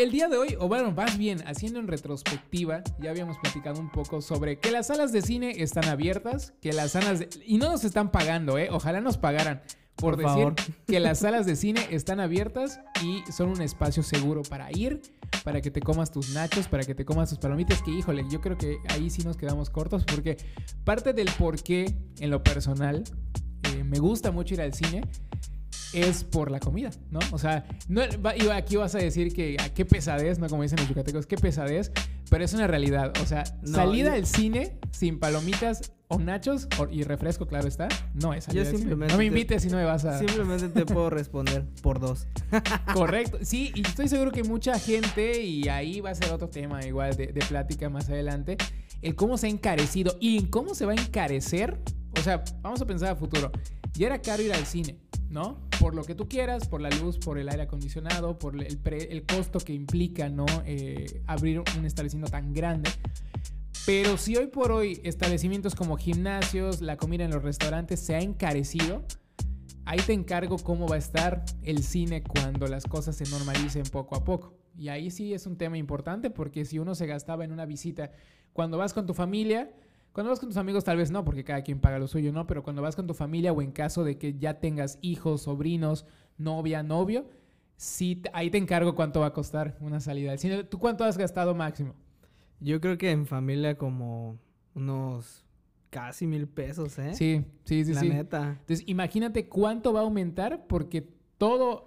el día de hoy, o bueno, más bien, haciendo en retrospectiva, ya habíamos platicado un poco sobre que las salas de cine están abiertas, que las salas de... Y no nos están pagando, ojalá nos pagaran por decir favor. que las salas de cine están abiertas y son un espacio seguro para ir, para que te comas tus nachos, para que te comas tus palomitas, que híjole, yo creo que ahí sí nos quedamos cortos, porque parte del por qué, en lo personal, me gusta mucho ir al cine, es por la comida, ¿no? O sea, no, aquí vas a decir que qué pesadez, ¿no? Como dicen los yucatecos, qué pesadez, pero es una realidad. O sea, salida al cine sin palomitas o nachos y refresco, claro está, no es salida al cine. No me invites si no me vas a... Simplemente te puedo responder por 2. Correcto, sí, y estoy seguro que mucha gente, y ahí va a ser otro tema igual de plática más adelante, el cómo se ha encarecido y en cómo se va a encarecer. O sea, vamos a pensar a futuro. Ya era caro ir al cine, ¿no? Por lo que tú quieras, por la luz, por el aire acondicionado, por el costo que implica, ¿no? Abrir un establecimiento tan grande. Pero si hoy por hoy establecimientos como gimnasios, la comida en los restaurantes se ha encarecido, ahí te encargo cómo va a estar el cine cuando las cosas se normalicen poco a poco. Y ahí sí es un tema importante, porque si uno se gastaba en una visita, cuando vas con tu familia... Cuando vas con tus amigos tal vez no, porque cada quien paga lo suyo, ¿no? Pero cuando vas con tu familia o en caso de que ya tengas hijos, sobrinos, novia, novio, sí, ahí te encargo cuánto va a costar una salida al cine. ¿Tú cuánto has gastado máximo? Yo creo que en familia como unos casi 1,000 pesos, ¿eh? Sí. La neta. Entonces, imagínate cuánto va a aumentar, porque todo,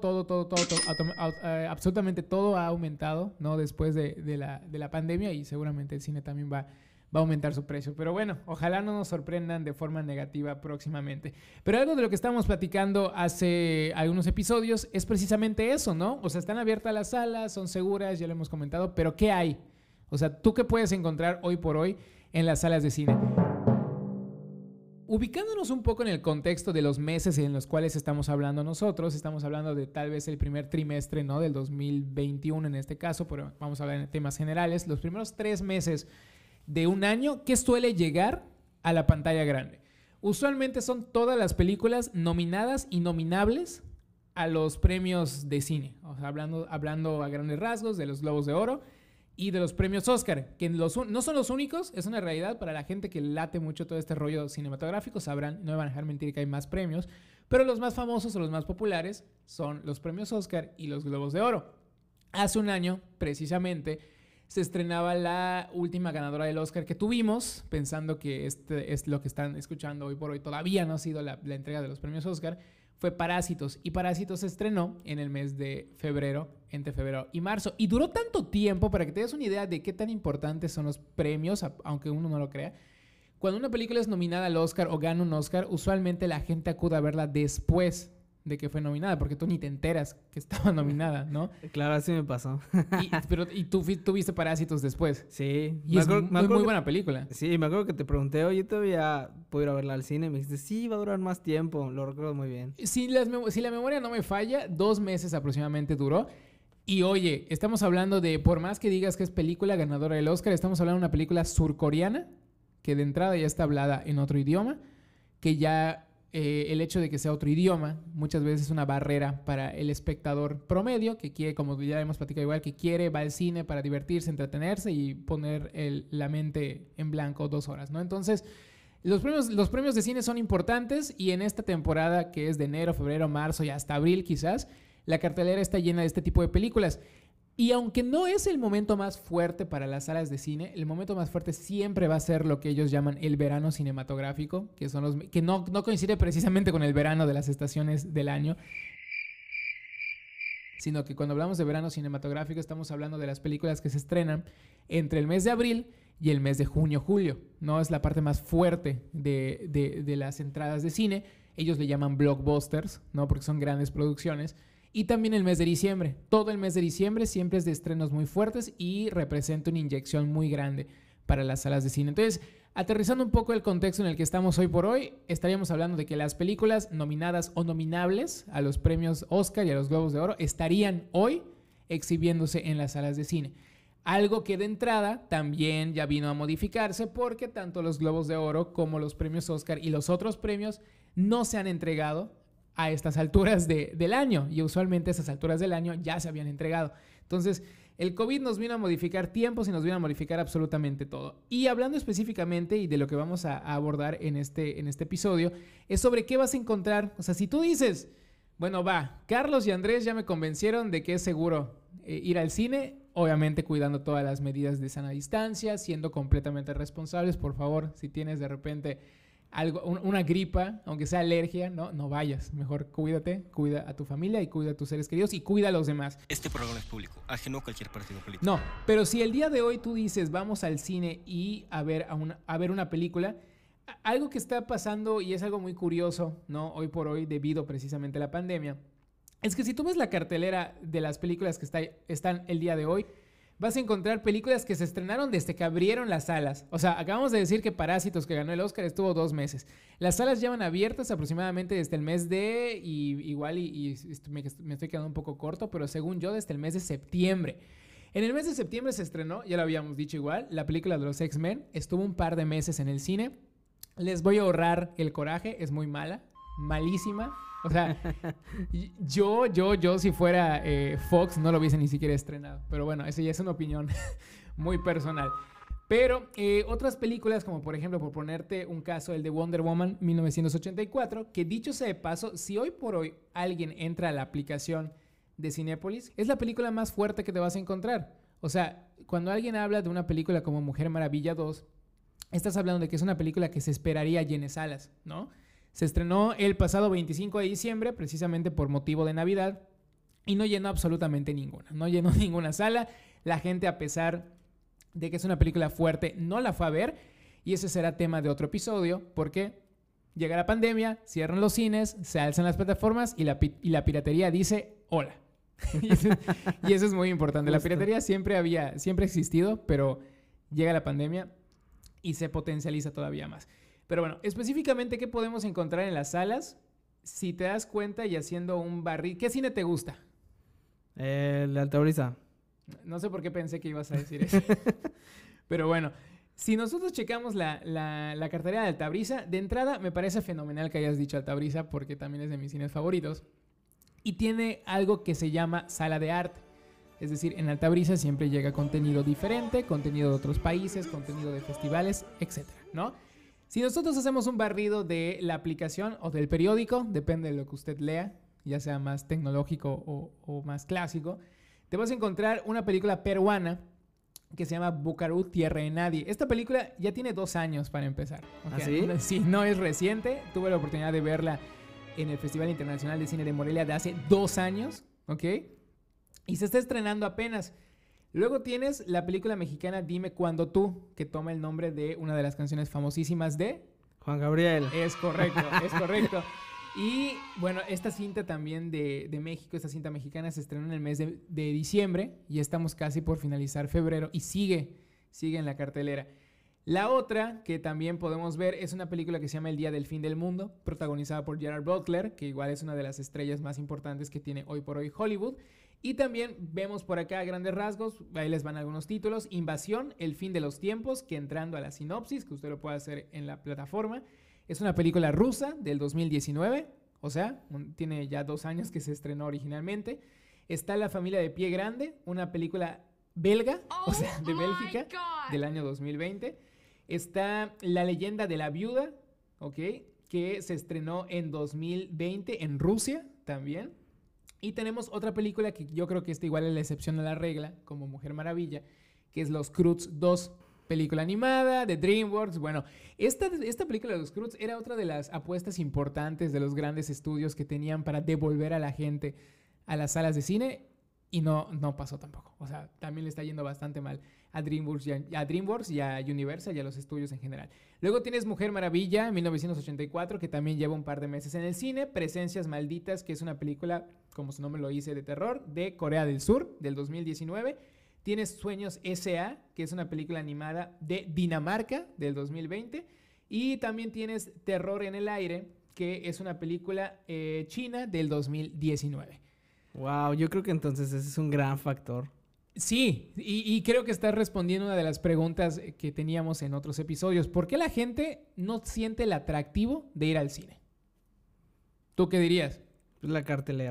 absolutamente todo ha aumentado, ¿no? Después de la pandemia, y seguramente el cine también va a aumentar su precio. Pero bueno, ojalá no nos sorprendan de forma negativa próximamente. Pero algo de lo que estábamos platicando hace algunos episodios es precisamente eso, ¿no? O sea, están abiertas las salas, son seguras, ya lo hemos comentado, pero ¿qué hay? O sea, ¿tú qué puedes encontrar hoy por hoy en las salas de cine? Ubicándonos un poco en el contexto de los meses en los cuales estamos hablando nosotros, estamos hablando de tal vez el primer trimestre, ¿no? Del 2021 en este caso, pero vamos a hablar en temas generales. Los primeros 3 meses de un año, ¿qué suele llegar a la pantalla grande? Usualmente son todas las películas nominadas y nominables a los premios de cine. O sea, hablando a grandes rasgos de los Globos de Oro y de los premios Oscar, que no son los únicos, es una realidad. Para la gente que late mucho todo este rollo cinematográfico, sabrán, no me van a dejar mentir que hay más premios, pero los más famosos o los más populares son los premios Oscar y los Globos de Oro. Hace un año, precisamente, se estrenaba la última ganadora del Oscar que tuvimos, pensando que este es lo que están escuchando hoy por hoy. Todavía no ha sido la entrega de los premios Oscar. Fue Parásitos. Y Parásitos se estrenó en el mes de febrero, entre febrero y marzo. Y duró tanto tiempo, para que te des una idea de qué tan importantes son los premios, aunque uno no lo crea. Cuando una película es nominada al Oscar o gana un Oscar, usualmente la gente acude a verla después de que fue nominada, porque tú ni te enteras que estaba nominada, ¿no? Claro, así me pasó. Y tú viste Parásitos después. Sí. Y es muy buena película. Sí, me acuerdo que te pregunté, oye, ¿todavía puedo ir a verla al cine? Y me dijiste, sí, va a durar más tiempo. Lo recuerdo muy bien. Si la memoria no me falla, 2 meses aproximadamente duró. Y oye, estamos hablando de, por más que digas que es película ganadora del Oscar, estamos hablando de una película surcoreana, que de entrada ya está hablada en otro idioma, que ya... el hecho de que sea otro idioma muchas veces es una barrera para el espectador promedio que quiere, como ya hemos platicado igual, que va al cine para divertirse, entretenerse y poner la mente en blanco 2 horas, ¿no? Entonces, los premios de cine son importantes, y en esta temporada que es de enero, febrero, marzo y hasta abril quizás, la cartelera está llena de este tipo de películas. Y aunque no es el momento más fuerte para las salas de cine, el momento más fuerte siempre va a ser lo que ellos llaman el verano cinematográfico, que son que no coincide precisamente con el verano de las estaciones del año, sino que cuando hablamos de verano cinematográfico estamos hablando de las películas que se estrenan entre el mes de abril y el mes de junio-julio, ¿no? Es la parte más fuerte de las entradas de cine. Ellos le llaman blockbusters, ¿no? Porque son grandes producciones. Y también el mes de diciembre. Todo el mes de diciembre siempre es de estrenos muy fuertes y representa una inyección muy grande para las salas de cine. Entonces, aterrizando un poco el contexto en el que estamos hoy por hoy, estaríamos hablando de que las películas nominadas o nominables a los premios Oscar y a los Globos de Oro estarían hoy exhibiéndose en las salas de cine. Algo que de entrada también ya vino a modificarse, porque tanto los Globos de Oro como los premios Oscar y los otros premios no se han entregado a estas alturas del año, y usualmente a estas alturas del año ya se habían entregado. Entonces, el COVID nos vino a modificar tiempos y nos vino a modificar absolutamente todo. Y hablando específicamente y de lo que vamos a abordar en este episodio, es sobre qué vas a encontrar. O sea, si tú dices, bueno, Carlos y Andrés ya me convencieron de que es seguro ir al cine, obviamente cuidando todas las medidas de sana distancia, siendo completamente responsables. Por favor, si tienes de repente una gripa, aunque sea alergia, no vayas. Mejor cuídate, cuida a tu familia y cuida a tus seres queridos y cuida a los demás. Este programa es público, ajeno a cualquier partido político. No, pero si el día de hoy tú dices vamos al cine y a ver una película, algo que está pasando y es algo muy curioso, ¿no? Hoy por hoy, debido precisamente a la pandemia, es que si tú ves la cartelera de las películas que están el día de hoy, vas a encontrar películas que se estrenaron desde que abrieron las salas. O sea, acabamos de decir que Parásitos, que ganó el Oscar, estuvo 2 meses. Las salas llevan abiertas aproximadamente desde el mes de... me estoy quedando un poco corto, pero según yo, desde el mes de septiembre. En el mes de septiembre se estrenó, ya lo habíamos dicho igual, la película de los X-Men. Estuvo un par de meses en el cine. Les voy a ahorrar el coraje, es muy mala, malísima. O sea, yo si fuera Fox no lo hubiese ni siquiera estrenado. Pero bueno, eso ya es una opinión muy personal. Pero otras películas, como por ejemplo, por ponerte un caso, el de Wonder Woman 1984, que dicho sea de paso, si hoy por hoy alguien entra a la aplicación de Cinépolis, es la película más fuerte que te vas a encontrar. O sea, cuando alguien habla de una película como Mujer Maravilla 2, estás hablando de que es una película que se esperaría llene salas, ¿no? Se estrenó el pasado 25 de diciembre, precisamente por motivo de Navidad, y no llenó absolutamente ninguna. No llenó ninguna sala. La gente, a pesar de que es una película fuerte, no la fue a ver. Y ese será tema de otro episodio, porque llega la pandemia, cierran los cines, se alzan las plataformas y la piratería dice hola. y eso es muy importante. La piratería siempre ha existido, pero llega la pandemia y se potencializa todavía más. Pero bueno, específicamente, ¿qué podemos encontrar en las salas? Si te das cuenta y haciendo un barril... ¿Qué cine te gusta? El de Altabrisa. No sé por qué pensé que ibas a decir eso. Pero bueno, si nosotros checamos la cartelera de Altabrisa, de entrada me parece fenomenal que hayas dicho Altabrisa porque también es de mis cines favoritos. Y tiene algo que se llama sala de arte. Es decir, en Altabrisa siempre llega contenido diferente, contenido de otros países, contenido de festivales, etcétera, ¿no? Si nosotros hacemos un barrido de la aplicación o del periódico, depende de lo que usted lea, ya sea más tecnológico o más clásico, te vas a encontrar una película peruana que se llama Bucarú, Tierra de Nadie. Esta película ya tiene 2 años para empezar. ¿Ah, sí? Sí, no es reciente. Tuve la oportunidad de verla en el Festival Internacional de Cine de Morelia de hace 2 años, ¿ok? Y se está estrenando apenas. Luego tienes la película mexicana Dime Cuándo Tú, que toma el nombre de una de las canciones famosísimas de... Juan Gabriel. Es correcto, es correcto. Y bueno, esta cinta también de México, esta cinta mexicana se estrenó en el mes de diciembre y estamos casi por finalizar febrero y sigue en la cartelera. La otra que también podemos ver es una película que se llama El Día del Fin del Mundo, protagonizada por Gerard Butler, que igual es una de las estrellas más importantes que tiene hoy por hoy Hollywood. Y también vemos por acá a grandes rasgos, ahí les van algunos títulos: Invasión, El Fin de los Tiempos, que entrando a la sinopsis, que usted lo puede hacer en la plataforma, es una película rusa del 2019, o sea, tiene ya 2 años que se estrenó originalmente. Está La Familia de Pie Grande, una película belga, o sea, de Bélgica, del año 2020. Está La Leyenda de la Viuda, ¿ok?, que se estrenó en 2020 en Rusia también. Y tenemos otra película que yo creo que esta igual es la excepción a la regla, como Mujer Maravilla, que es Los Croods 2, película animada de DreamWorks. Bueno, esta película de Los Croods era otra de las apuestas importantes de los grandes estudios que tenían para devolver a la gente a las salas de cine, y no pasó tampoco. O sea, también le está yendo bastante mal a DreamWorks y a Universal y a los estudios en general. Luego tienes Mujer Maravilla 1984, que también lleva un par de meses en el cine. Presencias Malditas, que es una película, como su nombre lo dice, de terror, de Corea del Sur, del 2019. Tienes Sueños S.A., que es una película animada de Dinamarca, del 2020. Y también tienes Terror en el Aire, que es una película china del 2019. Wow, yo creo que entonces ese es un gran factor. Sí, y creo que estás respondiendo una de las preguntas que teníamos en otros episodios. ¿Por qué la gente no siente el atractivo de ir al cine? ¿Tú qué dirías? La cartelera.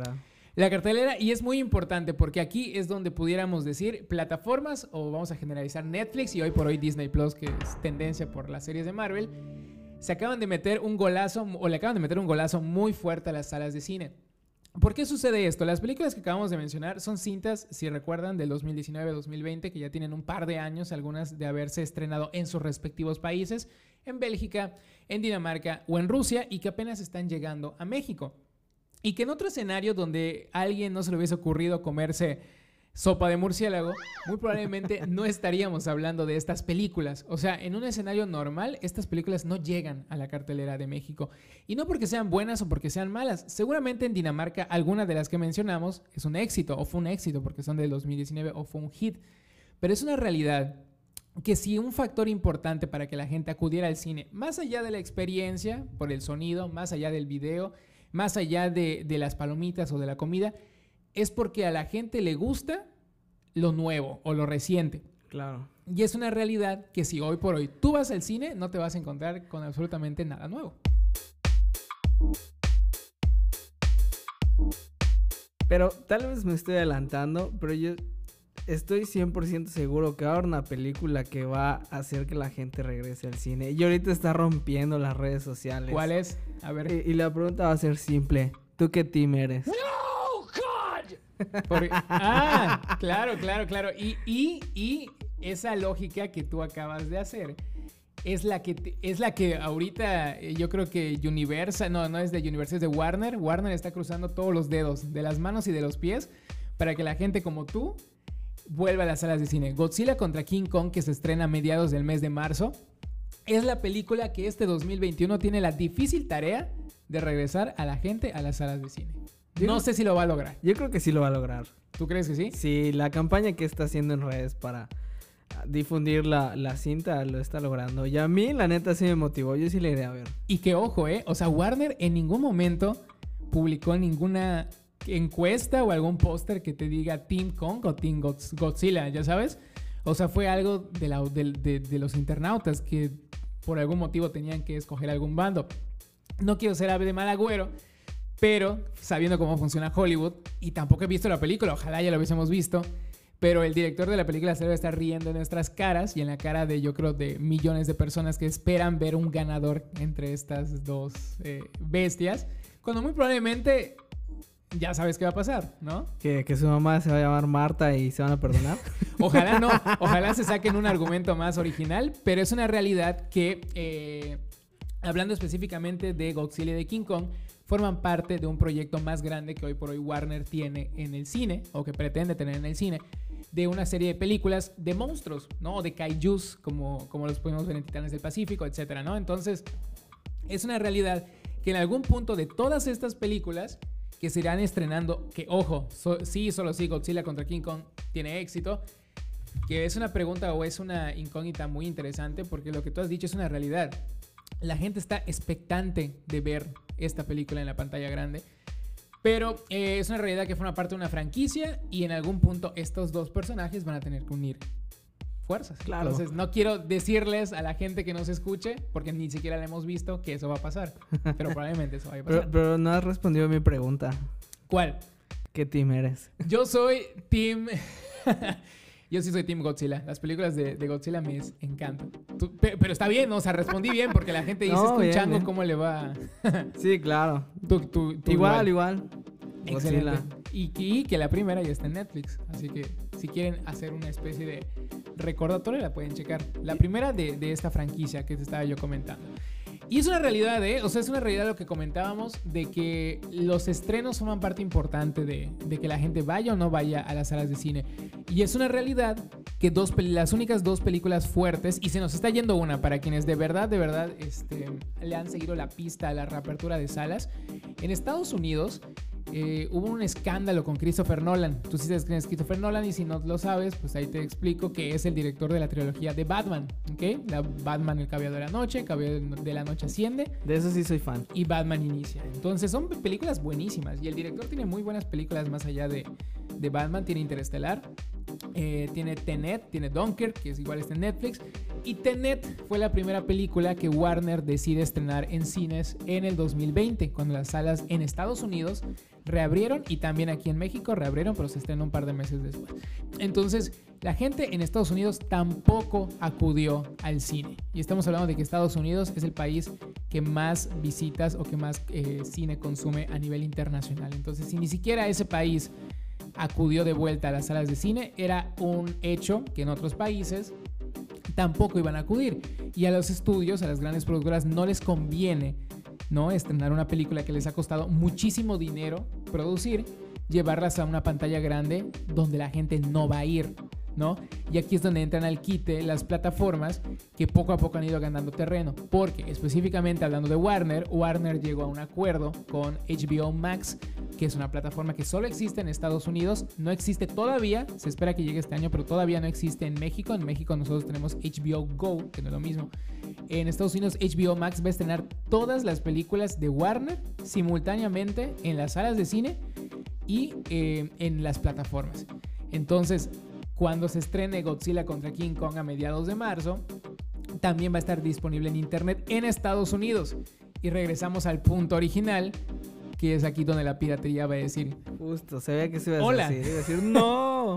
La cartelera, y es muy importante porque aquí es donde pudiéramos decir plataformas, o vamos a generalizar Netflix y hoy por hoy Disney Plus, que es tendencia por las series de Marvel, se acaban de meter un golazo, o le acaban de meter un golazo muy fuerte a las salas de cine. ¿Por qué sucede esto? Las películas que acabamos de mencionar son cintas, si recuerdan, del 2019-2020, que ya tienen un par de años, algunas de haberse estrenado en sus respectivos países, en Bélgica, en Dinamarca o en Rusia, y que apenas están llegando a México. Y que en otro escenario donde a alguien no se le hubiese ocurrido comerse sopa de murciélago, muy probablemente no estaríamos hablando de estas películas. O sea, en un escenario normal, estas películas no llegan a la cartelera de México. Y no porque sean buenas o porque sean malas. Seguramente en Dinamarca alguna de las que mencionamos es un éxito, o fue un éxito porque son del 2019, o fue un hit. Pero es una realidad que si un factor importante para que la gente acudiera al cine, más allá de la experiencia, por el sonido, más allá del video, más allá de las palomitas o de la comida, es porque a la gente le gusta lo nuevo o lo reciente. Claro. Y es una realidad que si hoy por hoy tú vas al cine, no te vas a encontrar con absolutamente nada nuevo. Pero tal vez me estoy adelantando, pero yo estoy 100% seguro que va a haber una película que va a hacer que la gente regrese al cine. Y ahorita está rompiendo las redes sociales. ¿Cuál es? A ver. Y la pregunta va a ser simple. ¿Tú qué team eres? Claro. Y esa lógica que tú acabas de hacer es la que ahorita yo creo que Universal, no es de Universal, es de Warner. Warner está cruzando todos los dedos de las manos y de los pies para que la gente como tú vuelva a las salas de cine. Godzilla contra King Kong, que se estrena a mediados del mes de marzo, es la película que este 2021 tiene la difícil tarea de regresar a la gente a las salas de cine. No sé si lo va a lograr. Yo creo que sí lo va a lograr. ¿Tú crees que sí? Sí, la campaña que está haciendo en redes para difundir la cinta lo está logrando. Y a mí, la neta, sí me motivó. Yo sí la iré a ver. Y que ojo, o sea, Warner en ningún momento publicó ninguna encuesta o algún póster que te diga Team Kong o Team Godzilla, ¿ya sabes? O sea, fue algo de los internautas que por algún motivo tenían que escoger algún bando. No quiero ser ave de mal agüero, pero sabiendo cómo funciona Hollywood, y tampoco he visto la película, ojalá ya lo hubiésemos visto, pero el director de la película se debe estar riendo en nuestras caras y en la cara de, yo creo, de millones de personas que esperan ver un ganador entre estas dos bestias, cuando muy probablemente ya sabes qué va a pasar, ¿no? Que su mamá se va a llamar Marta y se van a perdonar. Ojalá no, ojalá se saquen un argumento más original, pero es una realidad que, hablando específicamente de Godzilla y de King Kong, forman parte de un proyecto más grande que hoy por hoy Warner tiene en el cine, o que pretende tener en el cine, de una serie de películas de monstruos, ¿no? O de kaijus, como los podemos ver en Titanes del Pacífico, etcétera, ¿no? Entonces, es una realidad que en algún punto de todas estas películas que se irán estrenando, que ojo, solo sí, Godzilla contra King Kong tiene éxito, que es una pregunta o es una incógnita muy interesante, porque lo que tú has dicho es una realidad. La gente está expectante de ver esta película en la pantalla grande, pero es una realidad que forma parte de una franquicia y en algún punto estos dos personajes van a tener que unir fuerzas. Claro. Entonces no quiero decirles a la gente que nos escuche, porque ni siquiera la hemos visto, que eso va a pasar, pero probablemente eso vaya a pasar. Pero no has respondido a mi pregunta. ¿Cuál? ¿Qué team eres? Yo soy team... Yo sí soy Team Godzilla. Las películas de Godzilla me encantan. Pero está bien, ¿no? O sea, respondí bien porque la gente dice, No, es que un bien, chango, bien. ¿cómo le va? Sí, claro. Tú Igual. Excelente. Godzilla. Y que la primera ya está en Netflix. Así que si quieren hacer una especie de recordatorio, la pueden checar. La primera de esta franquicia que te estaba yo comentando. Y es una realidad, O sea, es una realidad lo que comentábamos de que los estrenos forman parte importante de que la gente vaya o no vaya a las salas de cine. Y es una realidad que las únicas dos películas fuertes, y se nos está yendo una para quienes de verdad, le han seguido la pista a la reapertura de salas. En Estados Unidos hubo un escándalo con Christopher Nolan. Tú sí sabes quién es Christopher Nolan, y si no lo sabes, pues ahí te explico que es el director de la trilogía de Batman, ¿ok? Batman, el Caballero de la Noche, Caballero de la Noche Asciende. De eso sí soy fan. Y Batman Inicia. Entonces son películas buenísimas, y el director tiene muy buenas películas más allá de Batman. Tiene Interestelar, tiene Tenet, tiene Dunkirk, que es igual, está en Netflix. Y Tenet fue la primera película que Warner decide estrenar en cines en el 2020, cuando las salas en Estados Unidos reabrieron, y también aquí en México reabrieron, pero se estrenó un par de meses después. Entonces, la gente en Estados Unidos tampoco acudió al cine. Y estamos hablando de que Estados Unidos es el país que más visitas o que más cine consume a nivel internacional. Entonces, si ni siquiera ese país acudió de vuelta a las salas de cine, era un hecho que en otros países tampoco iban a acudir. Y a los estudios, a las grandes productoras, no les conviene, ¿no?, estrenar una película que les ha costado muchísimo dinero producir, llevarlas a una pantalla grande donde la gente no va a ir, ¿no? Y aquí es donde entran al quite las plataformas que poco a poco han ido ganando terreno, porque específicamente hablando de Warner llegó a un acuerdo con HBO Max, que es una plataforma que solo existe en Estados Unidos, no existe todavía, se espera que llegue este año, pero todavía no existe en México. En México nosotros tenemos HBO Go, que no es lo mismo. En Estados Unidos HBO Max va a estrenar todas las películas de Warner simultáneamente en las salas de cine y en las plataformas. Entonces, cuando se estrene Godzilla contra King Kong a mediados de marzo, también va a estar disponible en internet en Estados Unidos. Y regresamos al punto original, que es aquí donde la piratería va a decir... Justo, sabía que se iba a Hola. decir. Iba a decir, ¡no!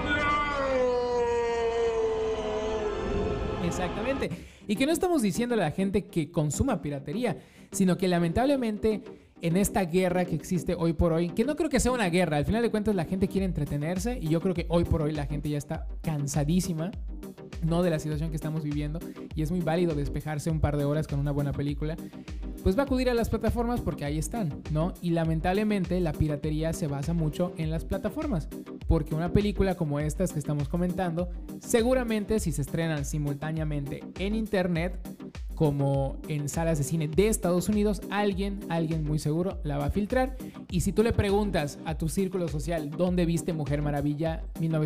Exactamente. Y que no estamos diciendo a la gente que consuma piratería, sino que lamentablemente en esta guerra que existe hoy por hoy, que no creo que sea una guerra, al final de cuentas la gente quiere entretenerse y yo creo que hoy por hoy la gente ya está cansadísima, ¿no?, de la situación que estamos viviendo, y es muy válido despejarse un par de horas con una buena película, pues va a acudir a las plataformas porque ahí están, ¿no? Y lamentablemente la piratería se basa mucho en las plataformas, porque una película como estas que estamos comentando, seguramente si se estrenan simultáneamente en internet como en salas de cine de Estados Unidos, alguien muy seguro la va a filtrar. Y si tú le preguntas a tu círculo social dónde viste Mujer Maravilla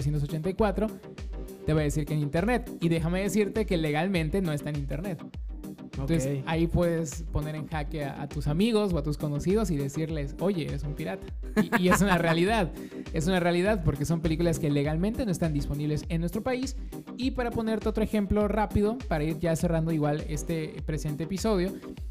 1984, te va a decir que en internet. Y déjame decirte que legalmente no está en internet. Entonces ahí puedes poner en jaque a tus amigos o a tus conocidos y decirles, oye, eres un pirata. Y es una realidad. Es una realidad porque son películas que legalmente no están disponibles en nuestro país. Y para ponerte otro ejemplo rápido, para ir ya cerrando igual este presente episodio,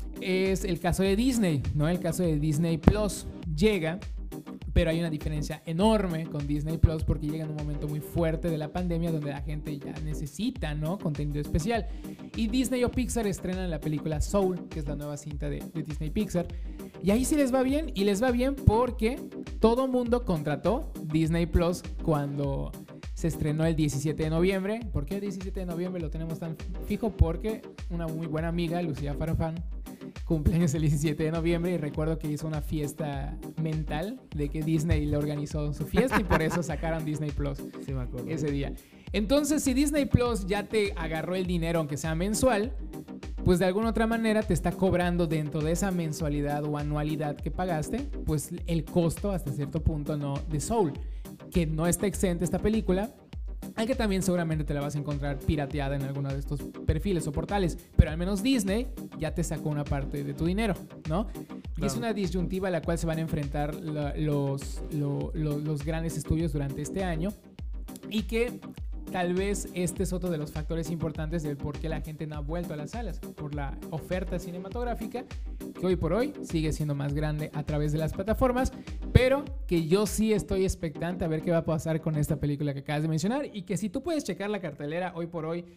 es el caso de Disney, ¿no? El caso de Disney Plus llega, pero hay una diferencia enorme con Disney Plus porque llega en un momento muy fuerte de la pandemia donde la gente ya necesita, ¿no?, contenido especial. Y Disney o Pixar estrenan la película Soul, que es la nueva cinta de Disney Pixar. Y ahí sí les va bien, y les va bien porque todo mundo contrató Disney Plus cuando se estrenó el 17 de noviembre. ¿Por qué el 17 de noviembre lo tenemos tan fijo? Porque una muy buena amiga, Lucía Farfán, cumpleaños el 17 de noviembre y recuerdo que hizo una fiesta mental de que Disney le organizó su fiesta y por eso sacaron Disney Plus Sí, me acuerdo. ese día. Entonces, si Disney Plus ya te agarró el dinero, aunque sea mensual, pues de alguna otra manera te está cobrando dentro de esa mensualidad o anualidad que pagaste, pues el costo hasta cierto punto, ¿no?, de Soul, que no está exenta esta película, aunque también seguramente te la vas a encontrar pirateada en alguno de estos perfiles o portales, pero al menos Disney ya te sacó una parte de tu dinero, ¿no? Y es una disyuntiva a la cual se van a enfrentar los grandes estudios durante este año y que tal vez este es otro de los factores importantes del por qué la gente no ha vuelto a las salas, por la oferta cinematográfica que hoy por hoy sigue siendo más grande a través de las plataformas, pero que yo sí estoy expectante a ver qué va a pasar con esta película que acabas de mencionar y que si tú puedes checar la cartelera hoy por hoy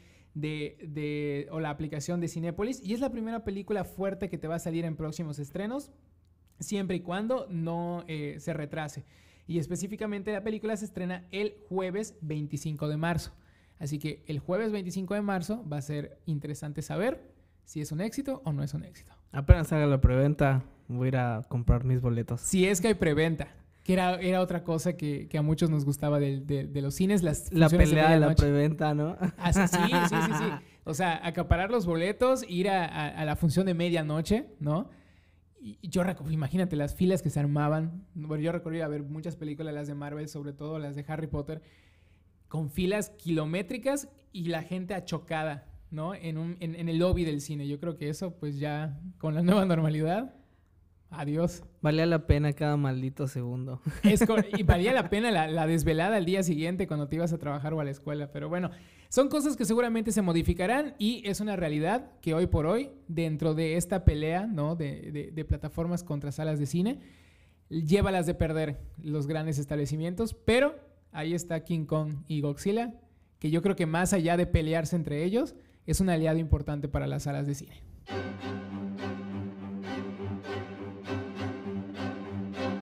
o la aplicación de Cinépolis, y es la primera película fuerte que te va a salir en próximos estrenos, siempre y cuando no se retrase. Y específicamente la película se estrena el jueves 25 de marzo. Así que el jueves 25 de marzo va a ser interesante saber si es un éxito o no es un éxito. Apenas haga la preventa, voy a ir a comprar mis boletos. Si es que hay preventa, que era otra cosa que a muchos nos gustaba de los cines. La funciones pelea de la medianoche. preventa, ¿no? Ah, sí. O sea, acaparar los boletos, ir a la función de medianoche, ¿no? Y yo imagínate las filas que se armaban. Bueno, yo recuerdo ir a ver muchas películas, las de Marvel, sobre todo las de Harry Potter, con filas kilométricas y la gente achocada, ¿no? En el lobby del cine. Yo creo que eso, pues ya con la nueva normalidad, adiós. Valía la pena cada maldito segundo. Y valía la pena la desvelada al día siguiente cuando te ibas a trabajar o a la escuela. Pero bueno, son cosas que seguramente se modificarán y es una realidad que hoy por hoy, dentro de esta pelea, ¿no?, de plataformas contra salas de cine, llévalas de perder los grandes establecimientos, pero ahí está King Kong y Godzilla, que yo creo que más allá de pelearse entre ellos, es un aliado importante para las salas de cine.